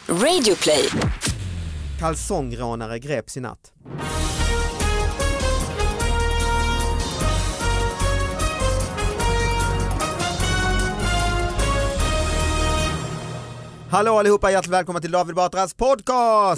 Radioplay. Kalsongrånare greps i natt. Hallå allihopa, hjärtligt välkomna till David Batras podcast!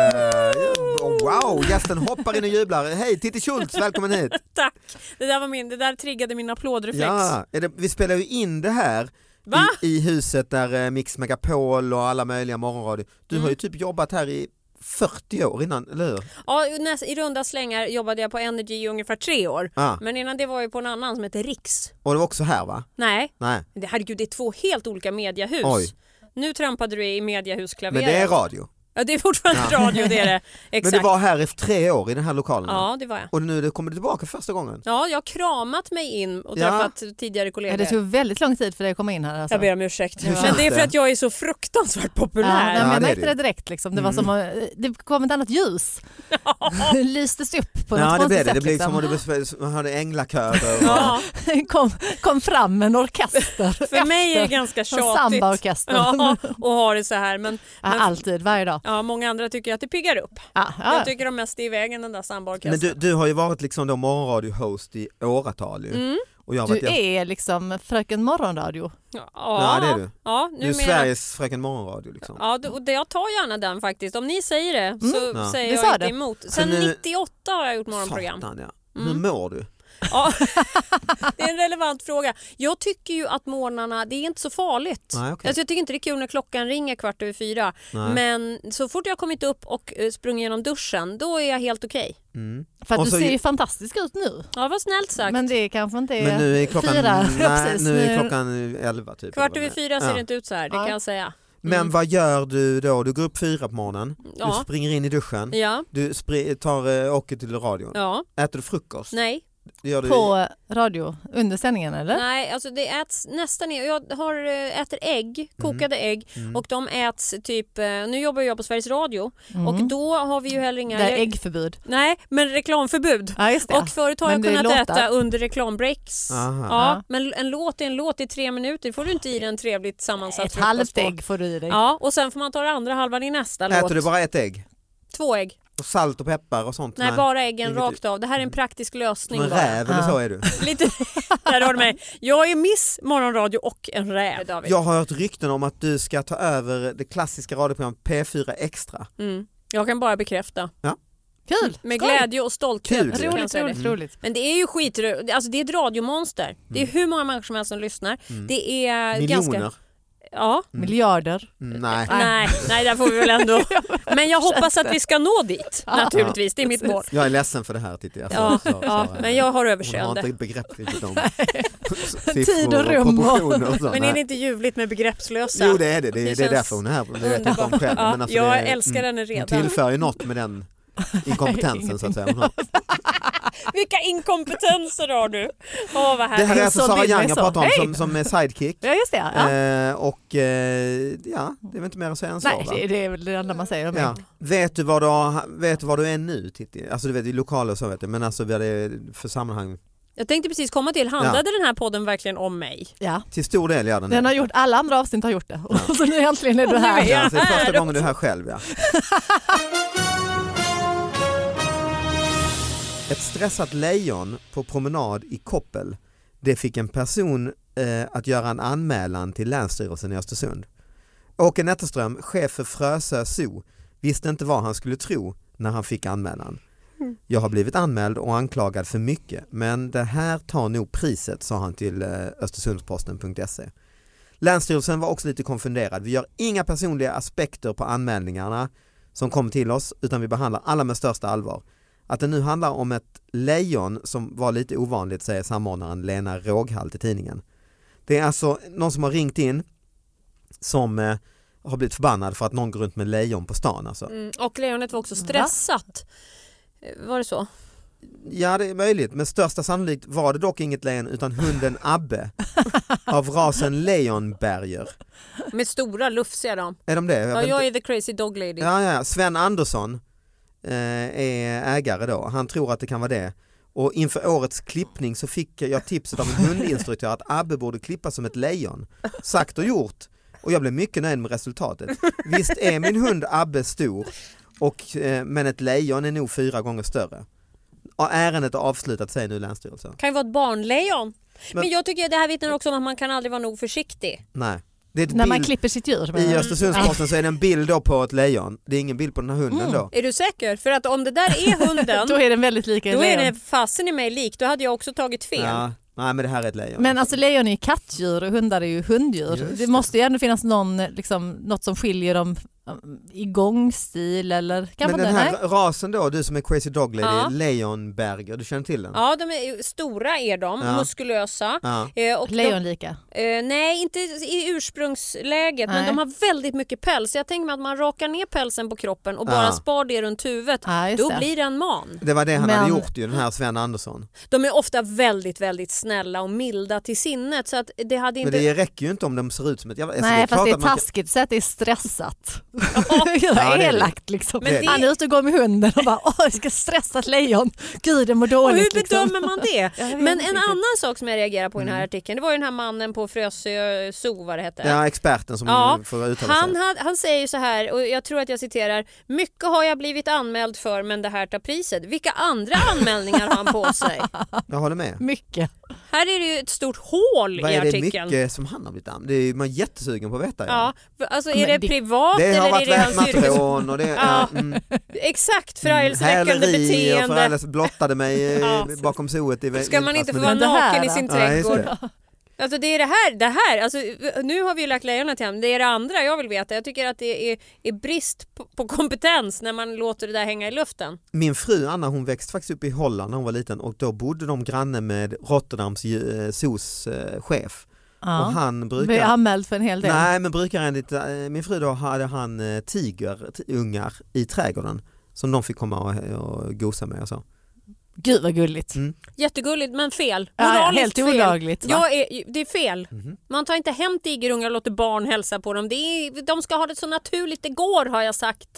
Wow, gästen hoppar in och jublar. Hej, Titti Schultz, välkommen hit! Tack, det där triggade min applådreflex. Ja, vi spelar ju in det här i huset där Mix Megapol och alla möjliga morgonradio. Du har ju typ jobbat här i 40 år innan, eller hur? Ja, i runda slängar jobbade jag på Energy i ungefär 3 år. Men innan det var jag på en annan som heter Riks. Och det var också här, va? Nej. Nej. Det är 2 helt olika mediahus. Oj. Nu trampade du i mediahusklaveret. Men det är radio. Ja, det är fortfarande radio, det är det. Exakt. Men du var här i 3 år i den här lokalen. Ja, det var jag. Och nu kommer du tillbaka första gången. Ja, jag har kramat mig in och träffat tidigare kollegor. Det tog väldigt lång tid för dig att komma in här. Alltså. Jag ber om ursäkt. Men det är för att jag är så fruktansvärt populär. Ja, jag märkte det direkt. Liksom. Det var som det kom ett annat ljus. Lystes upp på något konstigt sätt. Det blev liksom. som man hörde änglakörer. Ja. kom fram en orkester. För mig är det ganska tjatigt. Samba-orkester. Ja, och ha det så här. Men alltid, varje dag. Ja, många andra tycker att det piggar upp. Jag tycker de mest är i vägen, den där samba-orkestern. Men du har ju varit liksom då morgonradio-host i åratal ju. Och du är liksom fröken morgonradio. Ja, det är du. Ja, du är Sveriges fröken morgonradio liksom. Ja, jag tar gärna den faktiskt. Om ni säger det så säger jag inte emot. Sen 98 har jag gjort morgonprogram. Satan, ja. Hur mår du? Ja, det är en relevant fråga. Jag tycker ju att morgnarna, det är inte så farligt. Nej, okay. Alltså, jag tycker inte det är kul när klockan ringer 4:15. Nej. Men så fort jag har kommit upp och sprungit genom duschen, då är jag helt okej. För att du ser ju fantastisk ut nu. Ja, vad snällt sagt. Men det kanske inte är men nu är klockan 4. Nu är klockan 11 typ. 4:15 ser det inte ut så här, det kan jag säga. Men vad gör du då? Du går upp 4 på morgonen. Ja. Du springer in i duschen. Ja. Du åker till radion. Ja. Äter du frukost? Nej. Gör du på radio under sändningen eller? Nej, alltså det äts nästan. Jag äter ägg, kokade ägg och de äts typ, nu jobbar jag på Sveriges Radio och då har vi ju heller inga... Det är äggförbud. Nej, men reklamförbud. Ja, just det. Och förut har jag kunnat äta under reklambreaks. Aha. Ja, men en låt är en låt i 3 minuter. Får du inte i den trevligt sammansatt ett halvt ägg får du i dig. Ja, och sen får man ta det andra halvan i nästa låt. Äter du bara ett ägg? 2 ägg. Och salt och peppar och sånt? Nej, bara äggen rakt av. Det här är en praktisk lösning. Som en räv eller så är du? Lite, där har du mig. Jag är Miss Morgonradio och en räv, David. Jag har hört rykten om att du ska ta över det klassiska radioprogrammet P4 Extra. Jag kan bara bekräfta. Ja. Kul! Med glädje och stolthet. Kul. Roligt. Men det är ju alltså det är ett radiomonster. Det är hur många människor som helst som lyssnar. Det är miljoner. Ganska... Ja. Miljarder. Nej, där får vi väl ändå. Men jag hoppas att vi ska nå dit, naturligtvis. Det är mitt mål. Jag är ledsen för det här, Titti. Men jag har Hon överseende. har inte begrepp riktigt om tid och rum. Och så. Men är det inte ljuvligt med begreppslösa? Jo, det är det. Det är därför hon är här. Det vet inte om själv. Ja, men alltså jag älskar henne redan. Hon tillför ju något med den inkompetensen så att säga. Hon har. Vilka inkompetenser har du? Vad det här är alltså Sara Young jag pratar om som är sidekick. Ja, just det. Ja. Och det är väl inte mer att säga än så. Nej, det är väl det enda man säger om ja. Vet du var du är nu, Titti? Alltså du vet i lokaler så vet du, men alltså vad det är för sammanhang. Jag tänkte precis komma till, handlade den här podden verkligen om mig? Ja. Till stor del gör den har gjort, alla andra avsnitt har gjort det. Ja. Så nu äntligen är du här. Ja, så det är första gången du är här själv, ja. Ett stressat lejon på promenad i Koppel. Det fick en person att göra en anmälan till Länsstyrelsen i Östersund. Åke Netterström, chef för Frösö Zoo, visste inte vad han skulle tro när han fick anmälan. Jag har blivit anmäld och anklagad för mycket, men det här tar nog priset, sa han till östersundsposten.se. Länsstyrelsen var också lite konfunderad. Vi gör inga personliga aspekter på anmälningarna som kom till oss, utan vi behandlar alla med största allvar. Att det nu handlar om ett lejon som var lite ovanligt, säger samordnaren Lena Råghall till tidningen. Det är alltså någon som har ringt in som har blivit förbannad för att någon går runt med lejon på stan. Alltså. Och lejonet var också stressat. Var det så? Ja, det är möjligt. Men största sannolikt var det dock inget lejon utan hunden Abbe av rasen Leonberger. Med stora lufsiga de. Är de det? Jag är the crazy dog lady. Ja. Sven Andersson är ägare då. Han tror att det kan vara det. Och inför årets klippning så fick jag tipset av en hundinstruktör att Abbe borde klippas som ett lejon. Sagt och gjort. Och jag blev mycket nöjd med resultatet. Visst är min hund Abbe stor, men ett lejon är nog 4 gånger större. Och ärendet är avslutat, säger nu Länsstyrelsen. Kan ju vara ett barnlejon. Men jag tycker att det här vittnar också om att man kan aldrig vara nog försiktig. Nej. Det är när man klipper sitt djur. I Östersundsposten så är det en bild då på ett lejon. Det är ingen bild på den här hunden då. Är du säker? För att om det där är hunden då är den väldigt lik en då lejon. är det fasen i mig lik. Då hade jag också tagit fel. Ja. Nej, men det här är ett lejon. Men alltså lejon är ju kattdjur och hundar är ju hunddjur. Det måste ju ändå finnas något som skiljer dem i gångstil eller kanske. Men den här rasen då, du som är crazy dog lady, Leonberger, du känner till den? Ja, de är stora, är de, muskulösa. Och lejonlika? Nej, inte i ursprungsläget, men de har väldigt mycket päls. Jag tänker mig att man rakar ner pälsen på kroppen och bara spar det runt huvudet. Då blir det en man. Det var det han hade gjort ju, den här Sven Andersson. De är ofta väldigt, väldigt snälla och milda till sinnet. Så att det hade inte... Men det räcker ju inte om de ser ut som ett... Nej, fast det är taskigt så att det är stressat. Elakt liksom. Men han är ute och går med hunden och bara jag ska stressa ett lejon. Gud, det mår dåligt. Och hur bedömer man det? Men en annan sak som jag reagerar på i den här artikeln, det var ju den här mannen på Frösö Zoo, vad det hette. Ja, experten som får uttala sig. Han säger ju så här, och jag tror att jag citerar: mycket har jag blivit anmäld för, men det här tar priset. Vilka andra anmälningar har han på sig? Jag håller med. Mycket. Här är det ju ett stort hål i artikeln. Vad är det mycket som han har blivit anmäld? Det är man jättesugen på att veta. Ja, alltså är det privat det eller har varit är det hans väpnatrån och det exakt, förargelseväckande beteende. Häleri och blottade mig bakom zooet. Ska man inte få vara naken i sin trädgård? Ja, alltså det är det här. Alltså, nu har vi ju lagt lejonet hem. Det är det andra jag vill veta. Jag tycker att det är brist på kompetens när man låter det där hänga i luften. Min fru Anna, hon växte faktiskt upp i Holland när hon var liten, och då bodde de granne med Rotterdams zoos chef. Ja. Och han brukar... Blev anmäld för en hel del. Nej, men min fru då hade han tigerungar i trädgården som de fick komma och gosa med och så. Gud vad gulligt. Jättegulligt, men fel. Helt olagligt. Det är fel. Man tar inte hem tigerungar och låter barn hälsa på dem. De ska ha det så naturligt det går, har jag sagt.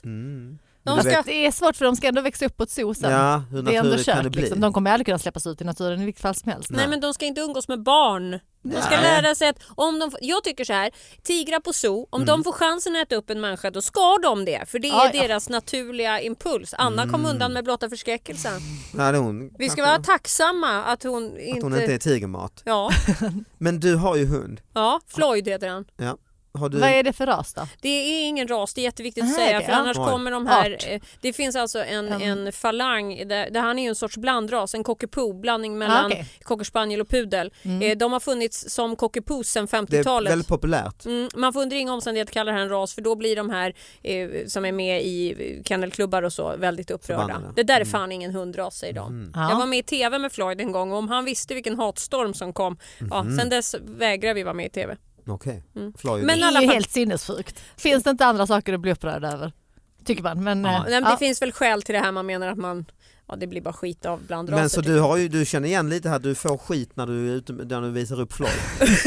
Det är svårt för de ska ändå växa upp på ett zoo sen. Ja, hur naturligt kan det bli? Liksom. De kommer aldrig kunna släppas ut i naturen i vilket fall som helst. Nej, men de ska inte umgås med barn. De ska lära sig att jag tycker så här, tigrar på zoo, om de får chansen att äta upp en människa, då ska de det. För det är deras naturliga impuls. Anna kom undan med blotta förskräckelsen. Vi ska vara tacksamma att hon inte är tigermat. Ja. Men du har ju hund. Ja, Floyd heter han. Ja. Vad är det för ras då? Det är ingen ras, det är jätteviktigt att säga, för annars kommer de här... Det finns alltså en falang, där han är ju en sorts blandras, en cockapoo, blandning mellan cocker spaniel och pudel. De har funnits som cockapoos sedan 50-talet. Det är väldigt populärt. Man får under inga omständigheter kalla det här en ras, för då blir de här som är med i kennelklubbar och så väldigt upprörda. Det där är fan ingen hundras, säger de. Jag var med i tv med Floyd en gång, och om han visste vilken hatstorm som kom, sen dess vägrar vi vara med i tv. Okej. Men det är ju helt sinnessjukt. Finns det inte andra saker att bli upprörd över? Tycker man. Men, det finns väl skäl till det här. Man menar att det blir bara skit av bland raser. Men så du känner igen lite här, du får skit när du visar upp Floyd.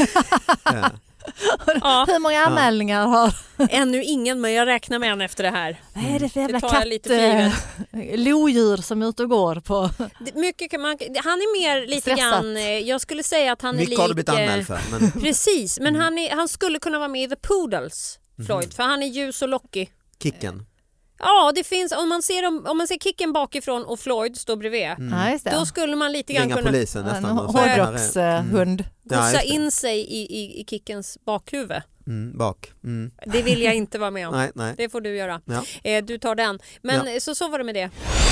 Hur många anmälningar har... Ännu ingen, men jag räknar med en efter det här. Vad är det för jävla lodjur som är ute och går på... Mycket kan han är mer lite stressat. Grann, jag skulle säga att han mycket är har du blivit anmäld för. Men... Precis, men han skulle kunna vara med i The Poodles, Floyd, för han är ljus och lockig. Kicken. Ja, det finns, om man ser Kicken bakifrån och Floyd står bredvid, då skulle man lite grann kunna... polisen nästan. En hårdrockshund. Gossa in sig i Kickens bakhuvud. Bak. Det vill jag inte vara med om. Nej. Det får du göra. Ja. Du tar den. Men så var det med det.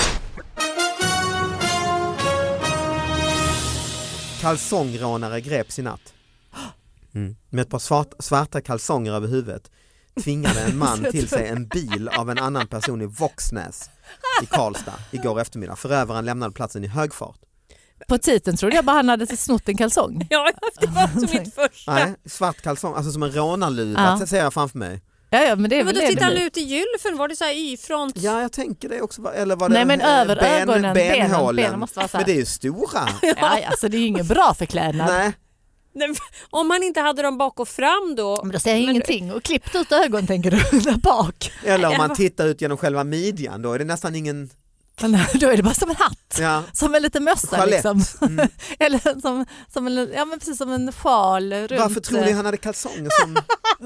Kalsongrånare greps i natt. Med ett par svarta kalsonger över huvudet tvingade en man till sig en bil av en annan person i Våxnäs i Karlstad igår eftermiddag. Förövaren lämnade platsen i hög fart. På titeln trodde jag bara han hade snott en kalsong. Ja, det var som mitt första. Nej, svart kalsong, alltså som en rånarluva, det ser jag framför mig. Ja, men det är men väl då tittade han ut i gylfen, var det så här y-front? Ja, jag tänker det också. Eller var det... Nej, men över ögonen, benen måste vara så här. Men det är ju stora. Ja, alltså det är ju ingen bra förklädnad. Nej. Om man inte hade dem bak och fram då... Men då ser jag ingenting. Och klippt ut ögon tänker du, där bak. Eller om man tittar ut genom själva midjan, då är det nästan ingen... Men då är det bara som en hatt. Ja. Som en liten mössa liksom. Eller som en, ja, men precis som en sjal runt. Varför tror ni han hade kalsonger som...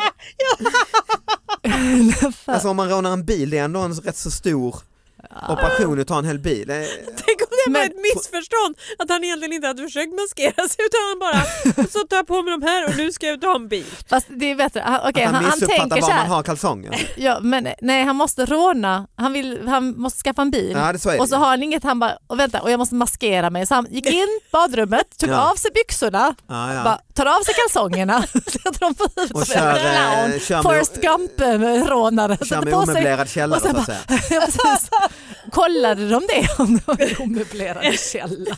Alltså om man rånar en bil, det är ändå en rätt så stor operation att ta en hel bil. Tänk om det var ett missförstånd att han egentligen inte hade försökt maskera sig utan han bara så tar jag på mig de här och nu ska jag ut och ha en bil. Fast det är bättre. Okay, han tänker var så här. man har kalsonger. Ja, men nej, han måste råna. Han måste skaffa en bil. Ja, och så har han inget, han bara, och jag måste maskera mig. Så han gick in badrummet, tog av sig byxorna, bara, tar av sig kalsongerna, sätter dem på huvudet och som en clown. Forrest Gump-rånare. Kör med omöblerad källare så att säga. Ja, precis. Kollade de det om det var en omöblerad källare?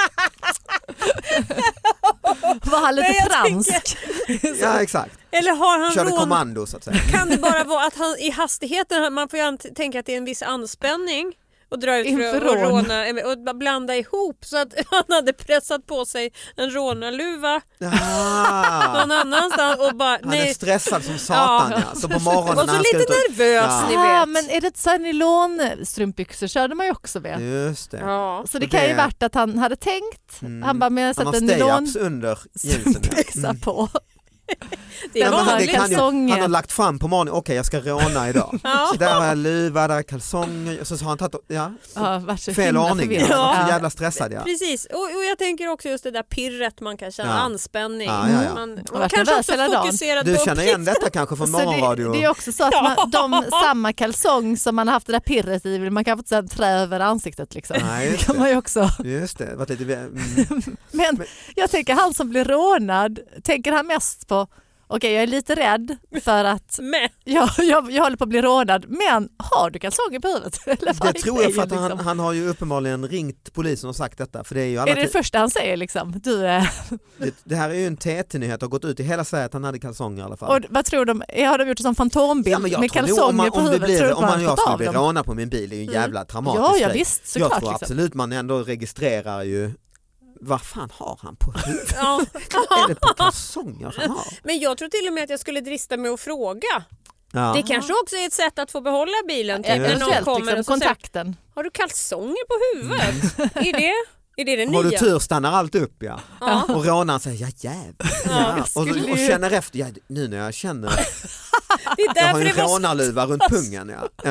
Var han lite fransk? Ja, exakt. Eller har han körde kommando så att säga. Kan det bara vara att han i hastigheten, man får ju tänka att det är en viss anspänning och dra ut för att råna och blanda ihop så att han hade pressat på sig en rånarluva någon annanstans och bara han är stressad som satan så på morgonen och så lite nervös ni vet. Men är det så här nylonstrumpbyxor körde man ju också med. Just det. Ja. Så det kan ju varit att han hade tänkt han bara med att sätta nylon under jeansen på. Han har lagt fram på morgonen, okej, jag ska råna idag. Så där har jag luva, där kalsonger, så har han tagit fel ordning. Så jävla stressad. Precis, och jag tänker också just det där pirret man kan känna, anspänning. Man kanske också fokuserad på du känner igen detta kanske från morgonradio. Det är också så att samma kalsong som man haft det där pirret i, man kan få ett trä över ansiktet liksom. Det kan man ju också. Just det, varit lite... Men jag tänker han som blir rånad, tänker han mest på okej, jag är lite rädd för att jag håller på att bli rånad, men har du kalsonger på huvudet? Eller det tror jag för att han har ju uppenbarligen ringt polisen och sagt detta. För det är ju alla det första han säger liksom? Det här är ju en TT-nyhet, har gått ut i hela Sverige att han hade kalsonger i alla fall. Och vad tror de? Har de gjort en sån fantombild med kalsonger på huvudet? Om jag skulle bli rånad på min bil, det är ju en jävla traumatisk grej. Visst, såklart. Jag tror absolut man ändå registrerar ju. Vad fan har han på huvudet? Är det på kalsonger han har? Men jag tror till och med att jag skulle drista mig att fråga. Det kanske också är ett sätt att få behålla bilen. När någon kommer liksom, kontakten. Säger, har du kalsonger på huvudet? Är det nya? Har du tur stannar allt upp och rånaren säger jävlar. Och känner efter, nu när jag känner jag har en rånarluva runt pungen.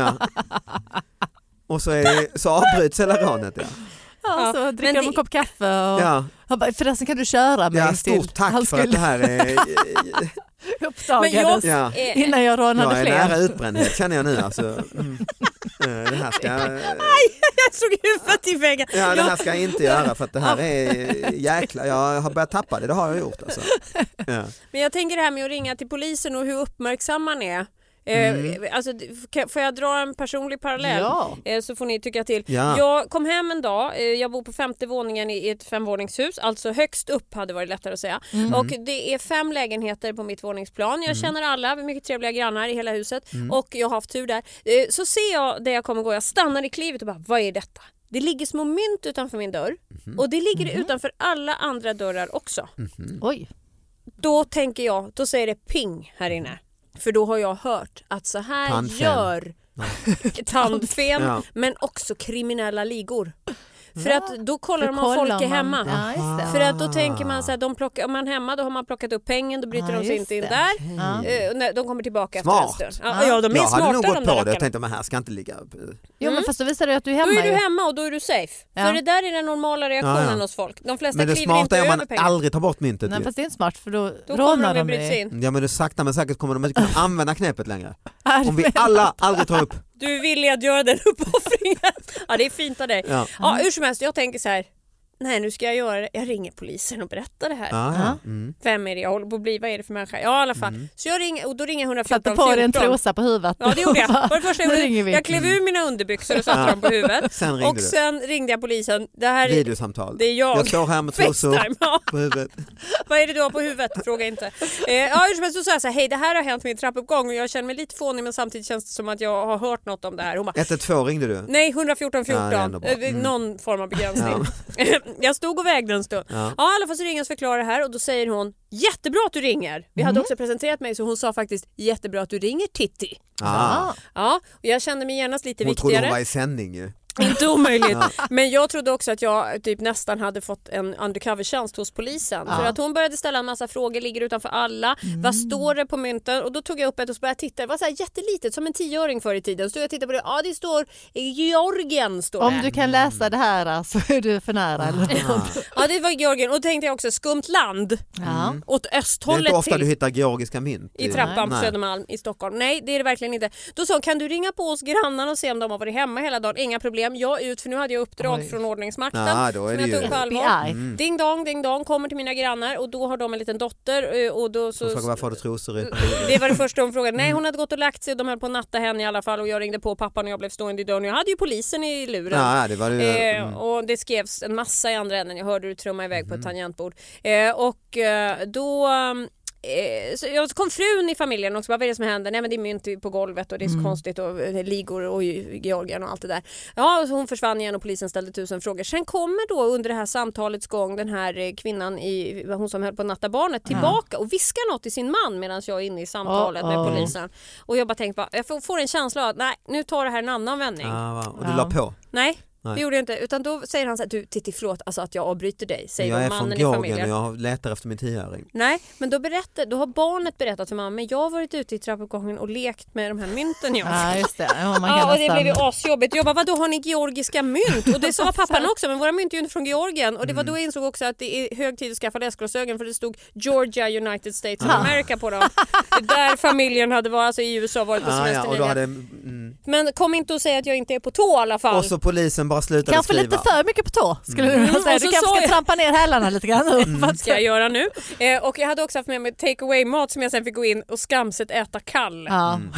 Och så avbryts hela rånet. Så dricker de en kopp kaffe och förresten kan du köra mig till. Stort tack för att det här är uppdagades innan jag rånade fler. Jag är nära utbrändhet känner jag nu alltså. Det här ska jag såg huvudet i väggen. Det här ska jag inte göra för att det här är jäkla, jag har börjat tappa det har jag gjort alltså. Men jag tänker det här med att ringa till polisen och hur uppmärksam man är. Alltså, får jag dra en personlig parallell så får ni tycka till. Jag kom hem en dag, jag bor på 5:e våningen i ett 5-våningshus, alltså högst upp hade varit lättare att säga. Och det är 5 lägenheter på mitt våningsplan. Jag känner alla, mycket trevliga grannar i hela huset och jag har haft tur där. Så ser jag där jag kommer gå, jag stannar i klivet och bara, vad är detta? Det ligger små mynt utanför min dörr och det ligger utanför alla andra dörrar också. Oj. Då tänker jag, då säger det ping här inne. För då har jag hört att så här gör tandfen men också kriminella ligor. För att då kollar man folk är hemma. För att då tänker man så här, om man är hemma då har man plockat upp pengen, då bryter de sig inte in där. De kommer tillbaka smart. efter en stund. Ja, de är jag smarta hade nog gått de på där det. Jag tänkte men här ska inte ligga upp. Jo men fast då visar det att du är hemma. Då är du hemma och då är du safe. För det där är den normala reaktionen hos folk. De flesta men det kliver inte över pengar. Men det smarta är om man aldrig tar bort myntet. Nej fast det är inte smart för då rånar de dig. Ja men det sakta men säkert kommer de inte kunna använda knepet längre. Om vi alla aldrig tar upp. Du är villig att göra den uppoffringen. Ja, det är fint av dig. Ja, hur som helst, jag tänker så här. Nej, nu ska jag göra det. Jag ringer polisen och berättar det här. Vem är det jag håller på att bli? Vad är det för människa? Ja, i alla fall. Så jag ringer, och då ringer 114. Satte på dig en trosa på huvudet. Ja, det gjorde jag. Var det första jag klev ur mina underbyxor och satte dem på huvudet. Sen ringde jag polisen. Det här videosamtal. Det är jag står här med trosor på huvudet. Vad är det du har på huvudet? Fråga inte. Så sa jag så här, hej, det här har hänt min trappuppgång och jag känner mig lite fånig men samtidigt känns det som att jag har hört något om det här. Hon bara, 112 ringde du? Nej, 114. Någon form av begränsning. Jag stod och vägde en stund. I alla fall så ringer jag och förklarar det här och då säger hon, jättebra att du ringer. Vi hade också presenterat mig så hon sa faktiskt, jättebra att du ringer Titti. Ja, och jag kände mig genast lite viktigare. Hon trodde hon var i sändning ju. Inte omöjligt. Men jag trodde också att jag typ nästan hade fått en undercover-tjänst hos polisen. För att hon började ställa en massa frågor, ligger utanför alla. Vad står det på mynten? Och då tog jag upp ett och började titta. Det var så här jättelitet, som en 10-åring förr i tiden. Så jag tittade på det. Ja, det står Georgien. Står det. Om du kan läsa det här så är du för nära. Ja, det var Georgien. Och då tänkte jag också skumt land. Åt östhållet. Det är inte ofta du hittar georgiska mynt. I trappan på Södermalm i Stockholm. Nej, det är det verkligen inte. Då sa, kan du ringa på oss grannarna och se om de har varit hemma hela dagen? Inga problem. Jag ut, för nu hade jag uppdrag från ordningsmakten då är som det jag tog på allvar. Ding dong, kommer till mina grannar och då har de en liten dotter och då så... Frågar varför har du trosor ut? Det var det första de frågade. Nej, hon hade gått och lagt sig och de höll på att natta henne i alla fall och jag ringde på pappan och jag blev stående i dörren. Jag hade ju polisen i luren. Ja, det var det. Och det skrevs en massa i andra änden. Jag hörde du trumma iväg på ett tangentbord. Och då... Så jag kom frun i familjen och så bara, vad är det som händer? Nej, men det är mynt på golvet och det är så konstigt och ligor och Georgien och allt det där. Ja, så hon försvann igen och polisen ställde 1000 frågor. Sen kommer då under det här samtalets gång den här kvinnan, hon som höll på att natta barnet, tillbaka och viskar något till sin man medan jag är inne i samtalet med polisen. Och jag bara tänkte, jag får en känsla av att nu tar det här en annan vändning. Och du la på? Nej. Det gjorde jag inte, utan då säger han så här, du Titti, förlåt alltså att jag avbryter dig, säger jag är mannen från i familjen. Och jag letar efter min 10-åring. Nej, men då har barnet berättat för mamma, men jag har varit ute i trappuppgången och lekt med de här mynten jag. Ja, just det. Och det blev ju asjobbigt. Jag bara, vadå, har ni georgiska mynt? Och det sa pappan också, men våra mynt är ju inte från Georgien. Och det var då jag insåg också att det är hög tid att skaffa läsglasögon, för det stod Georgia, United States of America på dem. Där familjen hade varit, alltså i USA varit på semester. Men kom inte och säga att jag inte är på tå i alla fall. Och så polisen bara slutade kanske skriva. Lite för mycket på tå skulle du säga. Du kanske ska trampa ner hälarna lite grann. Vad ska jag göra nu? Och jag hade också haft med mig take away mat som jag sen fick gå in och skamset äta kall.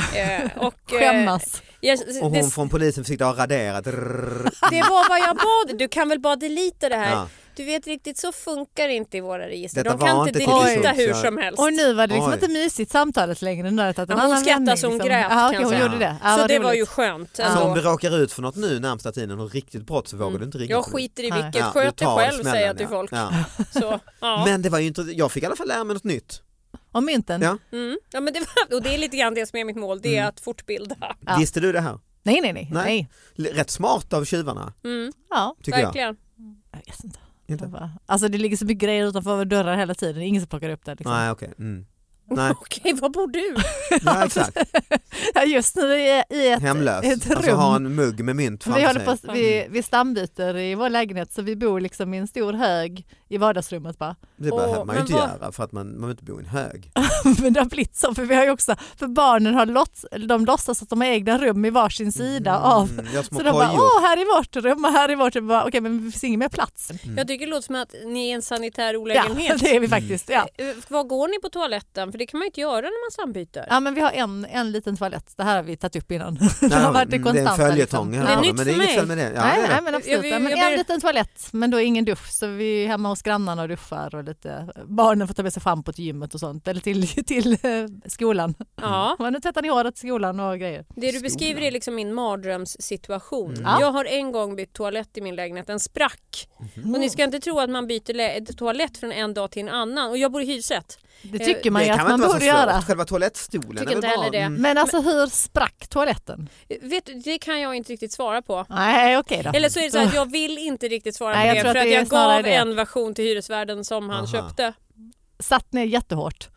Skämmas. Och hon från polisen fick ha raderat. Det var vad jag bad. Du kan väl bara delita det här. Ja. Du vet riktigt, så funkar inte i våra register. De kan inte delita hur som helst. Och nu var det liksom inte mysigt samtalet längre. Hon skrattade som liksom. Grät. Hon gjorde det. Så det var ju skönt. Så om du råkar ut för något nu närmsta tiden och riktigt brott så vågar du inte ringa. Jag skiter i vilket. Sköt dig själv, säger jag till folk. Så, Men det var ju inte, jag fick i alla fall lära mig något nytt. Om mynten? Ja. Ja, men och det är lite grann det som är mitt mål. Det är att fortbilda. Visste du det här? Nej. Rätt smart av tjuvarna. Ja, tycker verkligen. Jag vet inte. Alltså det ligger så mycket grejer utanför dörrar hela tiden. Ingen som plockar upp det. Liksom. Nej, okej. Nej. Okej, var bor du? Ja, exakt. Just nu är i ett hemlös. Ett rum. Alltså har en mugg med mynt framför sig. Vi stambyter i vår lägenhet så vi bor liksom i en stor hög i vardagsrummet bara. Det behöver man ju inte göra för att man vill inte bo i en hög. Men det har blivit så, för vi har ju också, för barnen har låtsas att de har egna rum i varsin sida av. Så de bara, här är vårt rum och här är vårt rum. Okej, men det finns ingen mer plats. Jag tycker det låter som att ni är en sanitär olägenhet. Ja, det är vi faktiskt. Ja. Var går ni på toaletten? För det kan man ju inte göra när man sambyter. Ja, men vi har en liten toalett. Det här har vi tagit upp innan. Det har varit det konstant. Det är en följetong. Liksom. Det är nytt men det är inget fel med det. Ja, nej, men absolut. Men en liten toalett, men då ingen dusch. Så vi är hemma hos grannarna och duschar och lite. Barnen får ta med sig fram på gymmet och sånt. Eller till skolan. Ja. Men nu tvättar ni håret i skolan och grejer. Det du beskriver är liksom min mardrömssituation. Jag har en gång bytt toalett i min lägenhet. Den sprack. Och ni ska inte tro att man byter toalett från en dag till en annan. Och jag bor i hyresrätt. Det tycker man ju att man borde göra. Själva toalettstolen. Tycker inte heller det. Men alltså hur sprack toaletten? Vet du, det kan jag inte riktigt svara på. Nej, okej då. Eller så är det så att jag vill inte riktigt svara på det. För att jag gav en version till hyresvärden som han köpte. Satt ner jättehårt.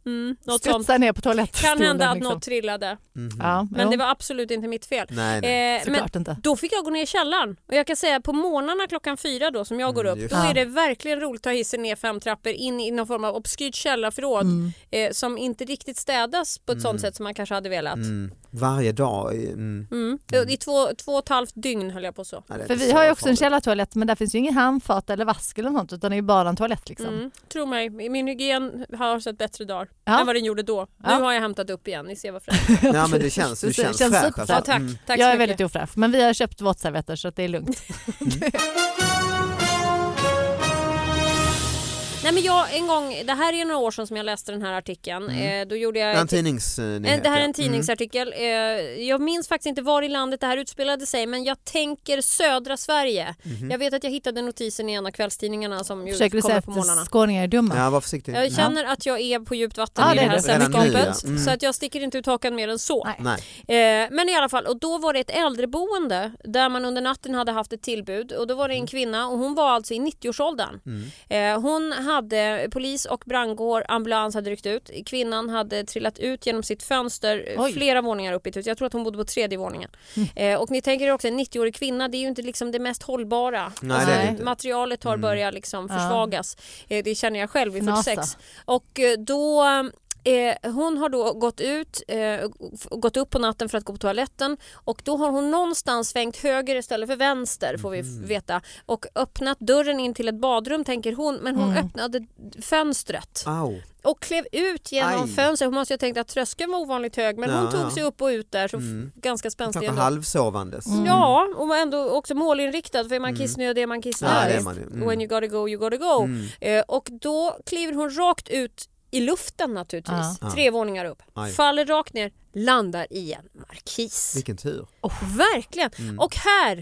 Studsade ner på toalettstolen. Kan hända att liksom. Något trillade. Ja, men det var absolut inte mitt fel. Nej. Men inte. Då fick jag gå ner i källaren. Och jag kan säga på morgnarna 4:00 då som jag går upp. Då är det verkligen roligt att ta hissen ner 5 trappor in i någon form av obskyrt källarförråd. Som inte riktigt städas på ett sånt sätt som man kanske hade velat. Varje dag. I 2,5 dygn höll jag på så. För vi har ju också en källartoalett, men där finns ju ingen handfat eller vask eller något sånt, utan det är ju bara en toalett liksom. Tro mig, min hygien har sett bättre dagar än vad den gjorde då. Nu har jag hämtat upp igen, ni ser vad fräsch. Ja, men det känns fräsch. Alltså. Ja, tack jag är väldigt ofräsch, men vi har köpt våtservetter så att det är lugnt. Nej, men en gång, det här är några år sedan som jag läste den här artikeln. Då gjorde jag det här är en tidningsartikel. Jag minns faktiskt inte var i landet det här utspelade sig, men jag tänker södra Sverige. Jag vet att jag hittade notisen i en av kvällstidningarna som ju kommer på morgnarna. Skåningar är dumma. Ja, var försiktig. Jag känner att jag är på djupt vatten i det här sällskapet, så att jag sticker inte ut hakan mer än så. Nej. Men i alla fall, och då var det ett äldreboende där man under natten hade haft ett tillbud, och då var det en kvinna, och hon var alltså i 90-årsåldern. Hon hade polis och brandkår, ambulans hade ryckt ut. Kvinnan hade trillat ut genom sitt fönster flera våningar upp i huset. Jag tror att hon bodde på 3:e våningen. Och ni tänker också, en 90-årig kvinna, det är ju inte liksom det mest hållbara. Nej, det är det inte. Materialet har börjat liksom försvagas. Det känner jag själv i 46. Och då... hon har då gått upp på natten för att gå på toaletten, och då har hon någonstans svängt höger istället för vänster, får vi veta, och öppnat dörren in till ett badrum, tänker hon, men hon öppnade fönstret. Och klev ut genom fönstret. Hon måste ju ha tänkt att tröskeln var ovanligt hög, men hon tog sig upp och ut där, så ganska spänstig ändå. Halvsovandes. Ja, och ändå också målinriktad, för är man kissnödig är man kissnödig. Ja, When you gotta go, you gotta go. Och då kliver hon rakt ut i luften naturligtvis. 3 våningar upp. Faller rakt ner, landar i en markis. Vilken tur. Verkligen. Och här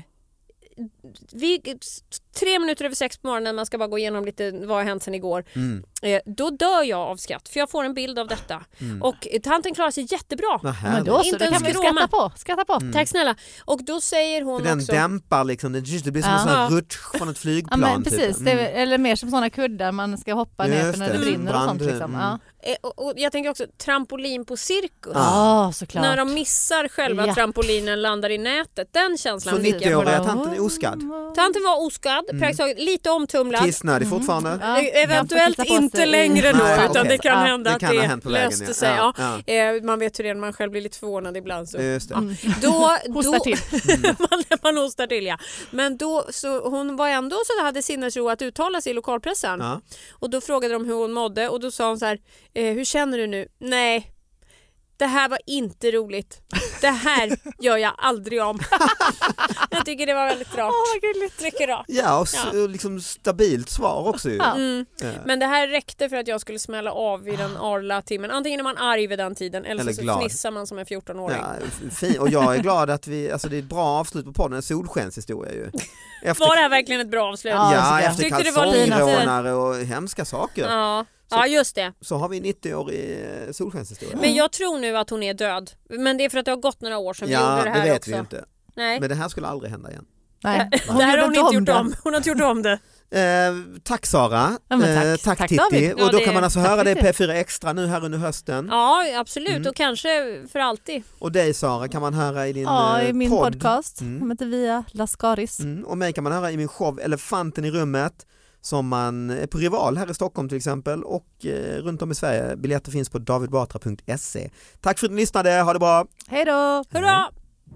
3 minuter över 6 på morgonen, man ska bara gå igenom lite vad har hänt sen igår. Då dör jag av skratt, för jag får en bild av detta. Och tanten klarar sig jättebra. Men då så, det kan vi skratta på. Tack snälla. Och då säger hon för också... Den dämpar liksom, det blir som en sån här rutsch från ett flygplan. Ja, men precis, typ. Eller mer som sådana kuddar man ska hoppa ner för när det brinner och sånt. Liksom. Och jag tänker också trampolin på cirkus. Såklart. När de missar själva trampolinen, landar i nätet. Den känslan. Så 90-åriga tanten är oskadd? Tanten var oskadd, lite omtumlad. Kissnödig fortfarande? Eventuellt inte längre då, utan det kan hända att det löste sig. Man vet hur det är när man själv blir lite förvånad ibland. Så. Just det. Då hostar till. man hostar till, ja. Men då, så hon var ändå så hade sinnesro att uttala sig i lokalpressen. Och då frågade de hur hon mådde, och då sa hon så här, hur känner du nu? Nej, det här var inte roligt. Det här gör jag aldrig om. Jag tycker det var väldigt rart. Mycket rart. Ja, och liksom stabilt svar också ju. Men det här räckte för att jag skulle smälla av vid den arla timmen. Antingen är man arg vid den tiden, eller så fnissar man som en 14-åring. Ja, och jag är glad att det är ett bra avslut på podden, en solskenshistoria ju. Var det här verkligen ett bra avslut? Ja, efter kalsongrånare och hemska saker. Ja, just det. Så har vi 90-årig solskenshistoria. Men jag tror nu att hon är död. Men det är för att det har gått några år sedan vi gjorde det här också. Ja, det vet vi inte. Nej. Men det här skulle aldrig hända igen. Nej. Det här har hon inte gjort om. Hon har inte gjort om det. Tack Sara, tack Titti. David. Och då kan man alltså höra det P4 Extra nu här under hösten. Ja, absolut, och kanske för alltid. Och dig Sara kan man höra i din i min podcast som heter Via Lascaris. Och mig kan man höra i min show Elefanten i rummet, som man är på Rival här i Stockholm till exempel, och runt om i Sverige. Biljetter finns på davidbatra.se. Tack för att ni lyssnade, ha det bra. Hej då! Hurra!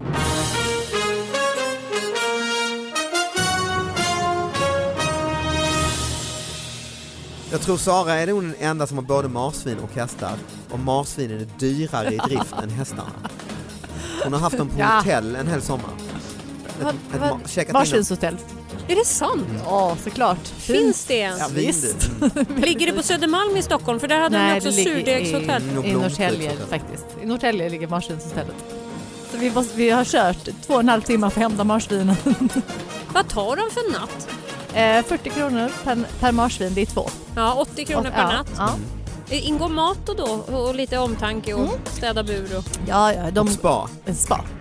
Jag tror Sara är nog den enda som har både marsvin och hästar, och marsvinen är dyrare i drift än hästarna. Hon har haft dem på hotell en hel sommar. Marsvinshotell. Är det sant? Ja, såklart. Finns det? Ja, visst. Ligger det på Södermalm i Stockholm? För där hade de också surdegshotell. I Norrtälje faktiskt. I Norrtälje ligger marsvinshotellet. Så vi har kört 2,5 timmar för att hämta marsvinen. Vad tar de för natt? 40 kronor per marsvin, det är 2. Ja, 80 kronor per natt. Ja. Ingår mat och lite omtanke och städa bur? Och... Och spa. Spa.